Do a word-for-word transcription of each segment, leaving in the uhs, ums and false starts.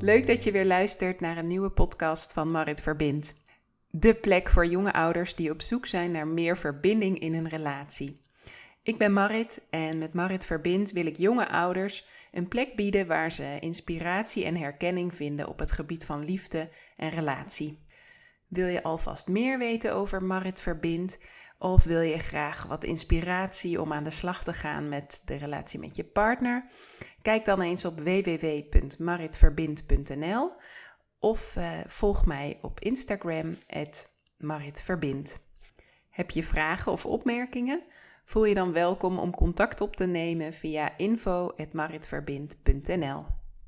Leuk dat je weer luistert naar een nieuwe podcast van Marit Verbindt. De plek voor jonge ouders die op zoek zijn naar meer verbinding in hun relatie. Ik ben Marit en met Marit Verbindt wil ik jonge ouders een plek bieden waar ze inspiratie en herkenning vinden op het gebied van liefde en relatie. Wil je alvast meer weten over Marit Verbindt? Of wil je graag wat inspiratie om aan de slag te gaan met de relatie met je partner? Kijk dan eens op w w w punt marit verbindt punt n l of uh, volg mij op Instagram at marit verbindt. Heb je vragen of opmerkingen? Voel je dan welkom om contact op te nemen via info at marit verbindt punt n l.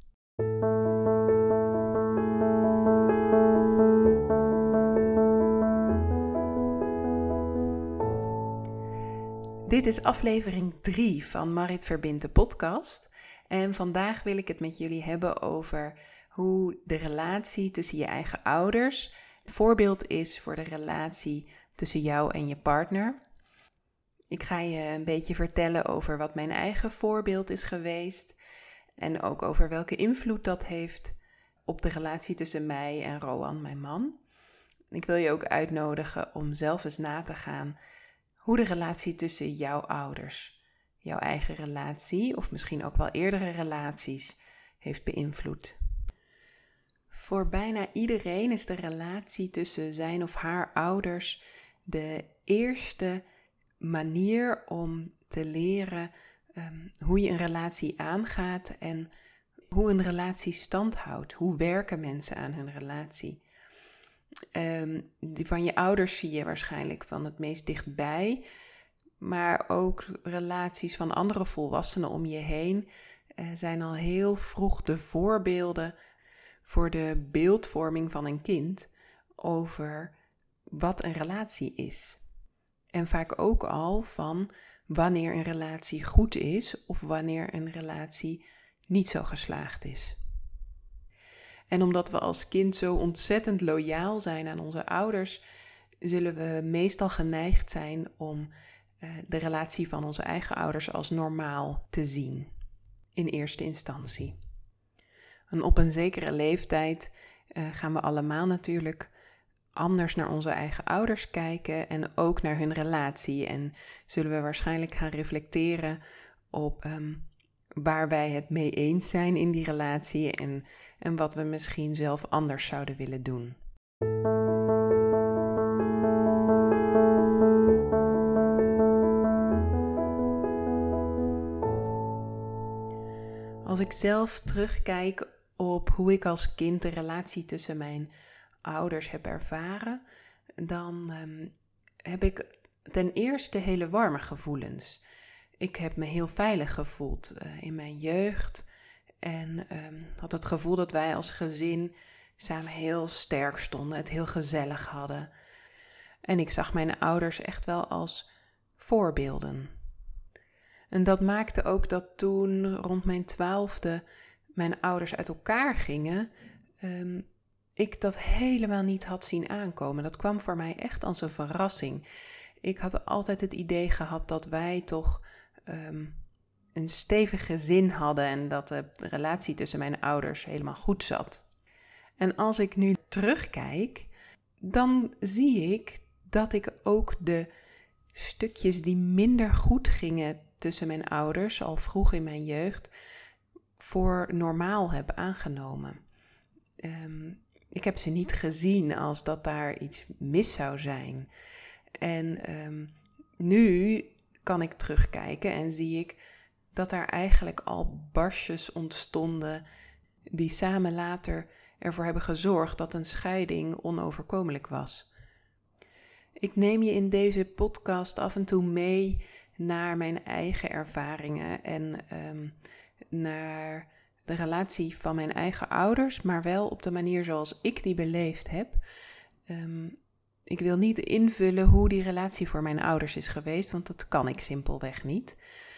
Dit is aflevering drie van Marit Verbindt de podcast. En vandaag wil ik het met jullie hebben over hoe de relatie tussen je eigen ouders een voorbeeld is voor de relatie tussen jou en je partner. Ik ga je een beetje vertellen over wat mijn eigen voorbeeld is geweest en ook over welke invloed dat heeft op de relatie tussen mij en Rowan, mijn man. Ik wil je ook uitnodigen om zelf eens na te gaan hoe de relatie tussen jouw ouders, jouw eigen relatie of misschien ook wel eerdere relaties heeft beïnvloed. Voor bijna iedereen is de relatie tussen zijn of haar ouders de eerste manier om te leren um, hoe je een relatie aangaat en hoe een relatie stand houdt. Hoe werken mensen aan hun relatie? Um, die van je ouders zie je waarschijnlijk van het meest dichtbij, maar ook relaties van andere volwassenen om je heen uh, zijn al heel vroeg de voorbeelden voor de beeldvorming van een kind over wat een relatie is. En vaak ook al van wanneer een relatie goed is of wanneer een relatie niet zo geslaagd is. En omdat we als kind zo ontzettend loyaal zijn aan onze ouders, zullen we meestal geneigd zijn om uh, de relatie van onze eigen ouders als normaal te zien, in eerste instantie. En op een zekere leeftijd uh, gaan we allemaal natuurlijk anders naar onze eigen ouders kijken en ook naar hun relatie. En zullen we waarschijnlijk gaan reflecteren op um, waar wij het mee eens zijn in die relatie en, en wat we misschien zelf anders zouden willen doen. Als ik zelf terugkijk op hoe ik als kind de relatie tussen mijn ouders heb ervaren, dan um, heb ik ten eerste hele warme gevoelens. Ik heb me heel veilig gevoeld uh, in mijn jeugd en um, had het gevoel dat wij als gezin samen heel sterk stonden, het heel gezellig hadden. En ik zag mijn ouders echt wel als voorbeelden. En dat maakte ook dat toen rond mijn twaalfde mijn ouders uit elkaar gingen, um, ik dat helemaal niet had zien aankomen. Dat kwam voor mij echt als een verrassing. Ik had altijd het idee gehad dat wij toch um, een stevig gezin hadden en dat de relatie tussen mijn ouders helemaal goed zat. En als ik nu terugkijk, dan zie ik dat ik ook de stukjes die minder goed gingen tussen mijn ouders, al vroeg in mijn jeugd, voor normaal heb aangenomen. Um, ik heb ze niet gezien als dat daar iets mis zou zijn. En um, nu kan ik terugkijken en zie ik dat er eigenlijk al barstjes ontstonden die samen later ervoor hebben gezorgd dat een scheiding onoverkomelijk was. Ik neem je in deze podcast af en toe mee naar mijn eigen ervaringen en um, naar de relatie van mijn eigen ouders, maar wel op de manier zoals ik die beleefd heb. Um, ik wil niet invullen hoe die relatie voor mijn ouders is geweest, want dat kan ik simpelweg niet.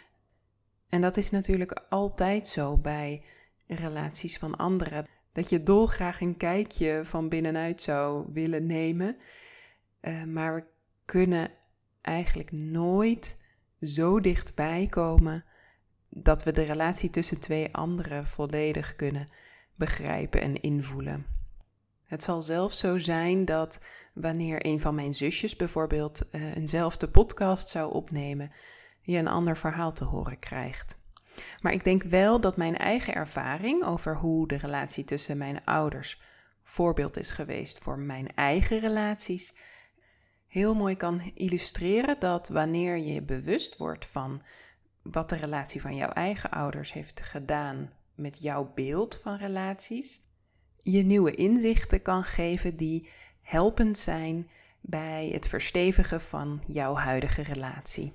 En dat is natuurlijk altijd zo bij relaties van anderen, dat je dolgraag een kijkje van binnenuit zou willen nemen, uh, maar we kunnen eigenlijk nooit zo dichtbij komen dat we de relatie tussen twee anderen volledig kunnen begrijpen en invoelen. Het zal zelfs zo zijn dat wanneer een van mijn zusjes bijvoorbeeld uh, eenzelfde podcast zou opnemen, je een ander verhaal te horen krijgt. Maar ik denk wel dat mijn eigen ervaring over hoe de relatie tussen mijn ouders voorbeeld is geweest voor mijn eigen relaties, heel mooi kan illustreren dat wanneer je bewust wordt van wat de relatie van jouw eigen ouders heeft gedaan met jouw beeld van relaties, je nieuwe inzichten kan geven die helpend zijn bij het verstevigen van jouw huidige relatie.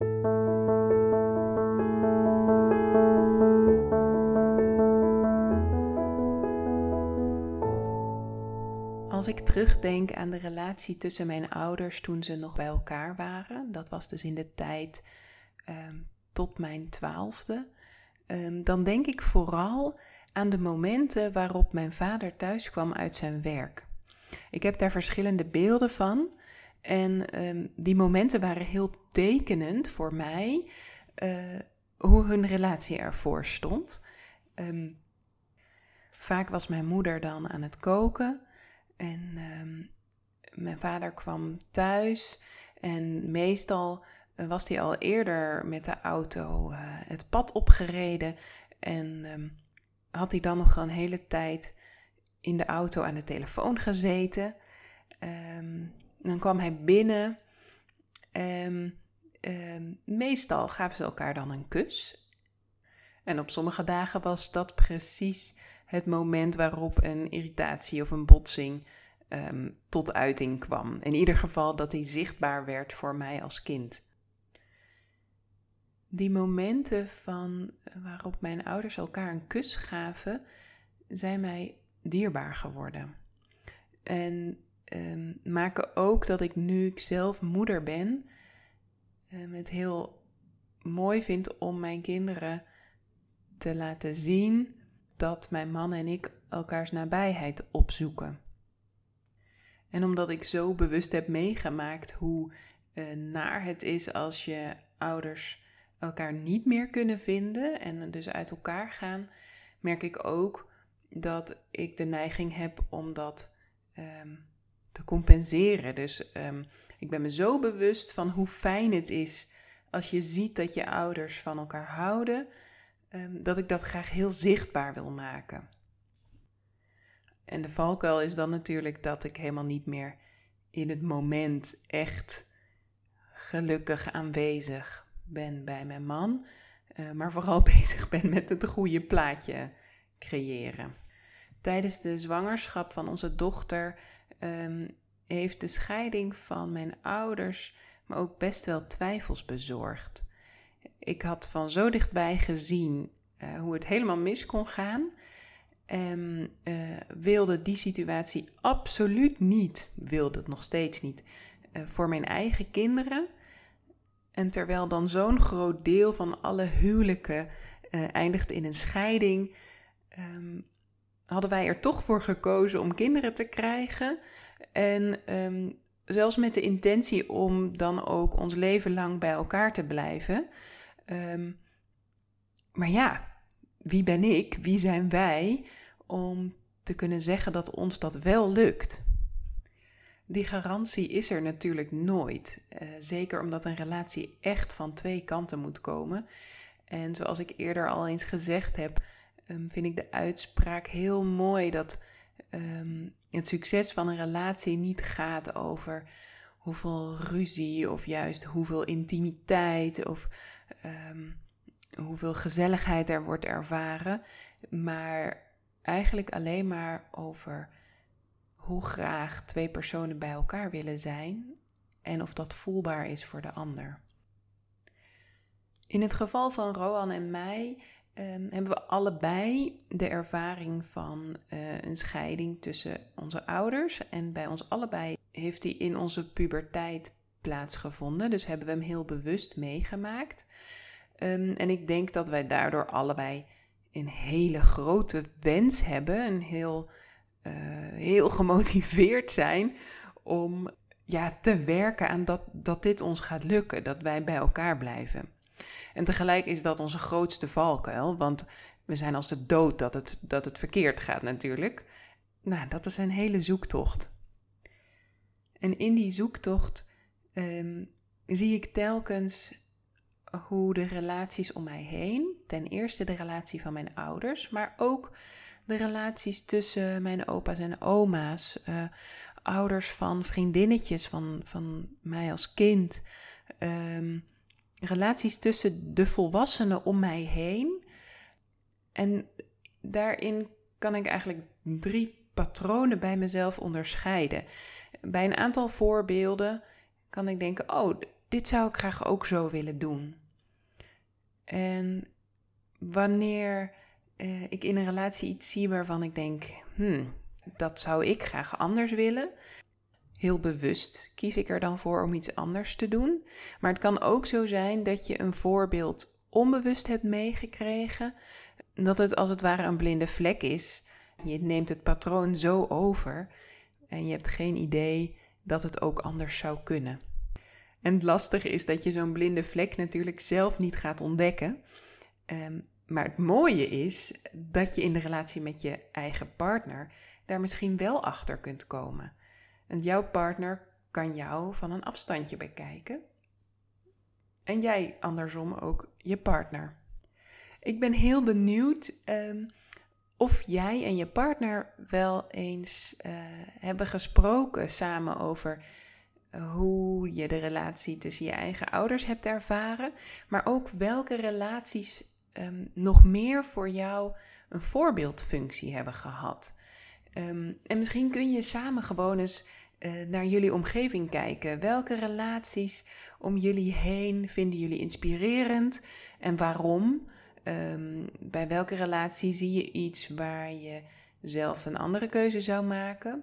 Als ik terugdenk aan de relatie tussen mijn ouders toen ze nog bij elkaar waren, dat was dus in de tijd um, tot mijn twaalfde, um, dan denk ik vooral aan de momenten waarop mijn vader thuis kwam uit zijn werk. Ik heb daar verschillende beelden van en um, die momenten waren heel tekenend voor mij uh, hoe hun relatie ervoor stond. Um, vaak was mijn moeder dan aan het koken. En um, mijn vader kwam thuis en meestal uh, was hij al eerder met de auto uh, het pad opgereden. En um, had hij dan nog een hele tijd in de auto aan de telefoon gezeten. Um, dan kwam hij binnen. Um, um, meestal gaven ze elkaar dan een kus. En op sommige dagen was dat precies het moment waarop een irritatie of een botsing um, tot uiting kwam. In ieder geval dat die zichtbaar werd voor mij als kind. Die momenten van waarop mijn ouders elkaar een kus gaven, zijn mij dierbaar geworden. En um, maken ook dat ik, nu ik zelf moeder ben, um, het heel mooi vind om mijn kinderen te laten zien dat mijn man en ik elkaars nabijheid opzoeken. En omdat ik zo bewust heb meegemaakt hoe uh, naar het is als je ouders elkaar niet meer kunnen vinden en dus uit elkaar gaan, merk ik ook dat ik de neiging heb om dat um, te compenseren. Dus um, ik ben me zo bewust van hoe fijn het is als je ziet dat je ouders van elkaar houden, um, dat ik dat graag heel zichtbaar wil maken. En de valkuil is dan natuurlijk dat ik helemaal niet meer in het moment echt gelukkig aanwezig ben bij mijn man, uh, maar vooral bezig ben met het goede plaatje creëren. Tijdens de zwangerschap van onze dochter um, heeft de scheiding van mijn ouders me ook best wel twijfels bezorgd. Ik had van zo dichtbij gezien uh, hoe het helemaal mis kon gaan en uh, wilde die situatie absoluut niet, wilde het nog steeds niet, uh, voor mijn eigen kinderen. En terwijl dan zo'n groot deel van alle huwelijken uh, eindigt in een scheiding, um, hadden wij er toch voor gekozen om kinderen te krijgen. En um, zelfs met de intentie om dan ook ons leven lang bij elkaar te blijven. Um, maar ja, wie ben ik, wie zijn wij om te kunnen zeggen dat ons dat wel lukt? Die garantie is er natuurlijk nooit. Uh, zeker omdat een relatie echt van twee kanten moet komen. En zoals ik eerder al eens gezegd heb, um, vind ik de uitspraak heel mooi dat um, het succes van een relatie niet gaat over hoeveel ruzie of juist hoeveel intimiteit of um, hoeveel gezelligheid er wordt ervaren, maar eigenlijk alleen maar over hoe graag twee personen bij elkaar willen zijn en of dat voelbaar is voor de ander. In het geval van Rohan en mij um, hebben we allebei de ervaring van uh, een scheiding tussen onze ouders. En bij ons allebei heeft die in onze puberteit plaatsgevonden. Dus hebben we hem heel bewust meegemaakt. Um, en ik denk dat wij daardoor allebei een hele grote wens hebben, een heel... Uh, heel gemotiveerd zijn om ja, te werken aan dat, dat dit ons gaat lukken, dat wij bij elkaar blijven. En tegelijk is dat onze grootste valkuil, want We zijn als de dood dat het, dat het verkeerd gaat natuurlijk. Nou, dat is een hele zoektocht. En in die zoektocht um, zie ik telkens hoe de relaties om mij heen, ten eerste de relatie van mijn ouders, maar ook de relaties tussen mijn opa's en oma's, uh, ouders van vriendinnetjes van, van mij als kind, um, relaties tussen de volwassenen om mij heen. En daarin kan ik eigenlijk drie patronen bij mezelf onderscheiden. Bij een aantal voorbeelden kan ik denken, oh, dit zou ik graag ook zo willen doen. En wanneer uh, ik in een relatie iets zie waarvan ik denk, hmm, dat zou ik graag anders willen. Heel bewust kies ik er dan voor om iets anders te doen. Maar het kan ook zo zijn dat je een voorbeeld onbewust hebt meegekregen. Dat het als het ware een blinde vlek is. Je neemt het patroon zo over en je hebt geen idee dat het ook anders zou kunnen. En het lastige is dat je zo'n blinde vlek natuurlijk zelf niet gaat ontdekken. Um, maar het mooie is dat je in de relatie met je eigen partner daar misschien wel achter kunt komen. En jouw partner kan jou van een afstandje bekijken. En jij andersom ook je partner. Ik ben heel benieuwd um, of jij en je partner wel eens uh, hebben gesproken samen over hoe je de relatie tussen je eigen ouders hebt ervaren, maar ook welke relaties um, nog meer voor jou een voorbeeldfunctie hebben gehad. Um, en misschien kun je samen gewoon eens uh, naar jullie omgeving kijken. Welke relaties om jullie heen vinden jullie inspirerend en waarom? Um, bij welke relatie zie je iets waar je zelf een andere keuze zou maken?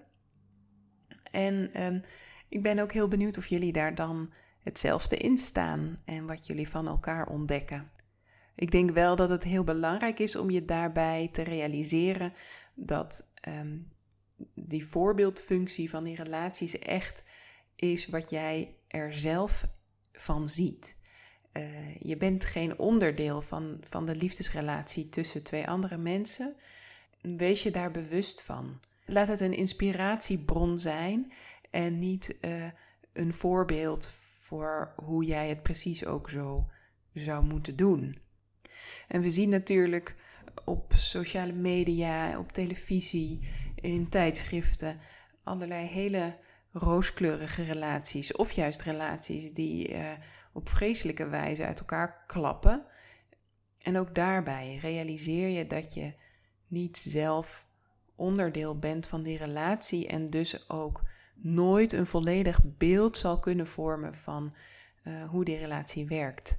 En um, ik ben ook heel benieuwd of jullie daar dan hetzelfde in staan en wat jullie van elkaar ontdekken. Ik denk wel dat het heel belangrijk is om je daarbij te realiseren dat um, die voorbeeldfunctie van die relaties echt is wat jij er zelf van ziet. Uh, je bent geen onderdeel van, van de liefdesrelatie tussen twee andere mensen. Wees je daar bewust van. Laat het een inspiratiebron zijn en niet uh, een voorbeeld voor hoe jij het precies ook zo zou moeten doen. En we zien natuurlijk op sociale media, op televisie, in tijdschriften allerlei hele rooskleurige relaties of juist relaties die uh, op vreselijke wijze uit elkaar klappen. En ook daarbij realiseer je dat je niet zelf onderdeel bent van die relatie en dus ook nooit een volledig beeld zal kunnen vormen van uh, hoe die relatie werkt.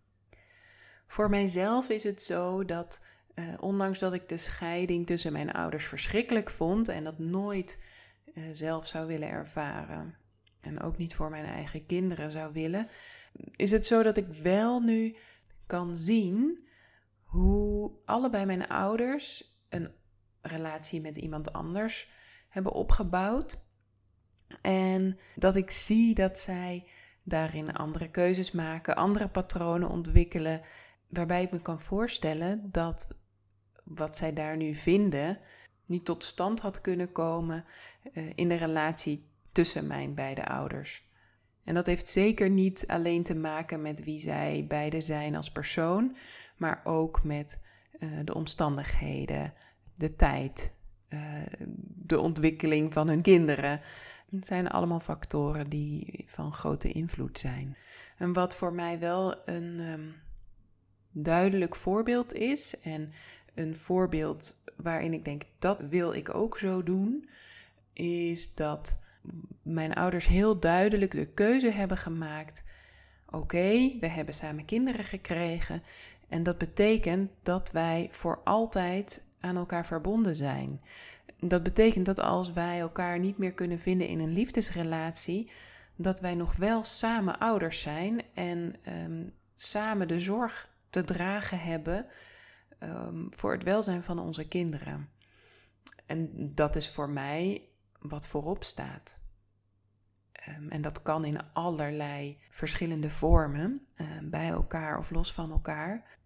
Voor mijzelf is het zo dat, uh, ondanks dat ik de scheiding tussen mijn ouders verschrikkelijk vond en dat nooit uh, zelf zou willen ervaren en ook niet voor mijn eigen kinderen zou willen, is het zo dat ik wel nu kan zien hoe allebei mijn ouders een relatie met iemand anders hebben opgebouwd. En dat ik zie dat zij daarin andere keuzes maken, andere patronen ontwikkelen, waarbij ik me kan voorstellen dat wat zij daar nu vinden niet tot stand had kunnen komen uh, in de relatie tussen mijn beide ouders. En dat heeft zeker niet alleen te maken met wie zij beiden zijn als persoon, maar ook met uh, de omstandigheden, de tijd, uh, de ontwikkeling van hun kinderen. Het zijn allemaal factoren die van grote invloed zijn. En wat voor mij wel een um, duidelijk voorbeeld is en een voorbeeld waarin ik denk dat wil ik ook zo doen, is dat mijn ouders heel duidelijk de keuze hebben gemaakt. Oké, okay, we hebben samen kinderen gekregen en dat betekent dat wij voor altijd aan elkaar verbonden zijn. Dat betekent dat als wij elkaar niet meer kunnen vinden in een liefdesrelatie, dat wij nog wel samen ouders zijn en um, samen de zorg te dragen hebben um, voor het welzijn van onze kinderen. En dat is voor mij wat voorop staat. Um, en dat kan in allerlei verschillende vormen, uh, bij elkaar of los van elkaar.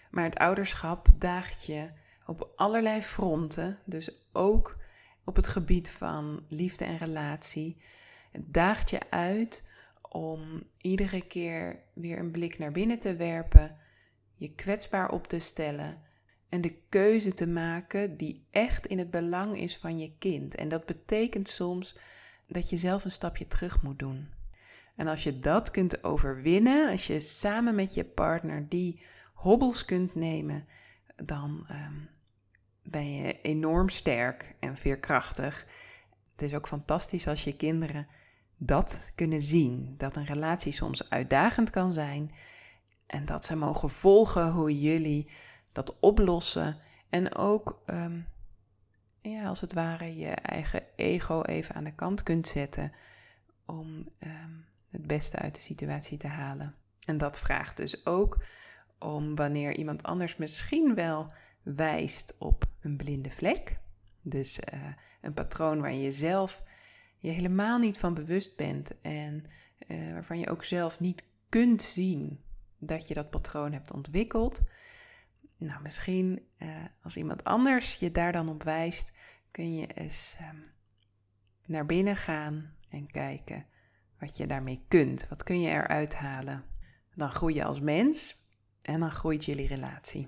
Maar het ouderschap daagt je op allerlei fronten, dus ook op het gebied van liefde en relatie. Het daagt je uit om iedere keer weer een blik naar binnen te werpen, je kwetsbaar op te stellen en de keuze te maken die echt in het belang is van je kind. En dat betekent soms dat je zelf een stapje terug moet doen. En als je dat kunt overwinnen, als je samen met je partner die hobbels kunt nemen, dan um, ben je enorm sterk en veerkrachtig. Het is ook fantastisch als je kinderen dat kunnen zien. Dat een relatie soms uitdagend kan zijn en dat ze mogen volgen hoe jullie dat oplossen. En ook, um, ja, als het ware, je eigen ego even aan de kant kunt zetten om um, het beste uit de situatie te halen. En dat vraagt dus ook om wanneer iemand anders misschien wel wijst op een blinde vlek. Dus uh, een patroon waar je zelf je helemaal niet van bewust bent en uh, waarvan je ook zelf niet kunt zien dat je dat patroon hebt ontwikkeld. Nou, misschien uh, als iemand anders je daar dan op wijst, kun je eens um, naar binnen gaan en kijken wat je daarmee kunt. Wat kun je eruit halen? Dan groei je als mens en dan groeit jullie relatie.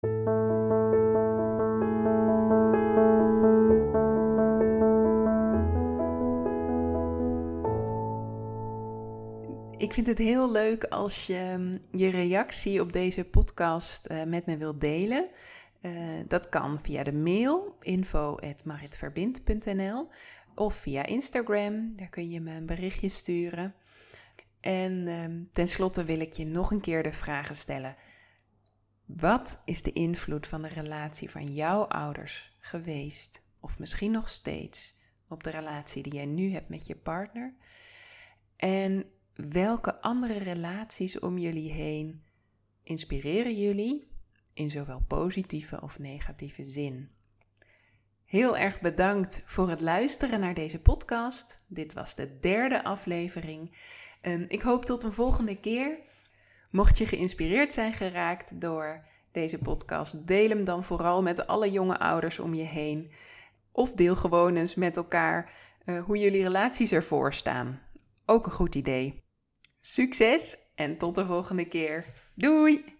Ik vind het heel leuk als je je reactie op deze podcast uh, met me wilt delen. Uh, dat kan via de mail info at maritverbind punt n l of via Instagram. Daar kun je me een berichtje sturen. En uh, tenslotte wil ik je nog een keer de vragen stellen. Wat is de invloed van de relatie van jouw ouders geweest, of misschien nog steeds, op de relatie die jij nu hebt met je partner? En welke andere relaties om jullie heen inspireren jullie in zowel positieve of negatieve zin? Heel erg bedankt voor het luisteren naar deze podcast. Dit was de derde aflevering. Um, ik hoop tot een volgende keer. Mocht je geïnspireerd zijn geraakt door deze podcast, deel hem dan vooral met alle jonge ouders om je heen. Of deel gewoon eens met elkaar uh, hoe jullie relaties ervoor staan. Ook een goed idee. Succes en tot de volgende keer. Doei!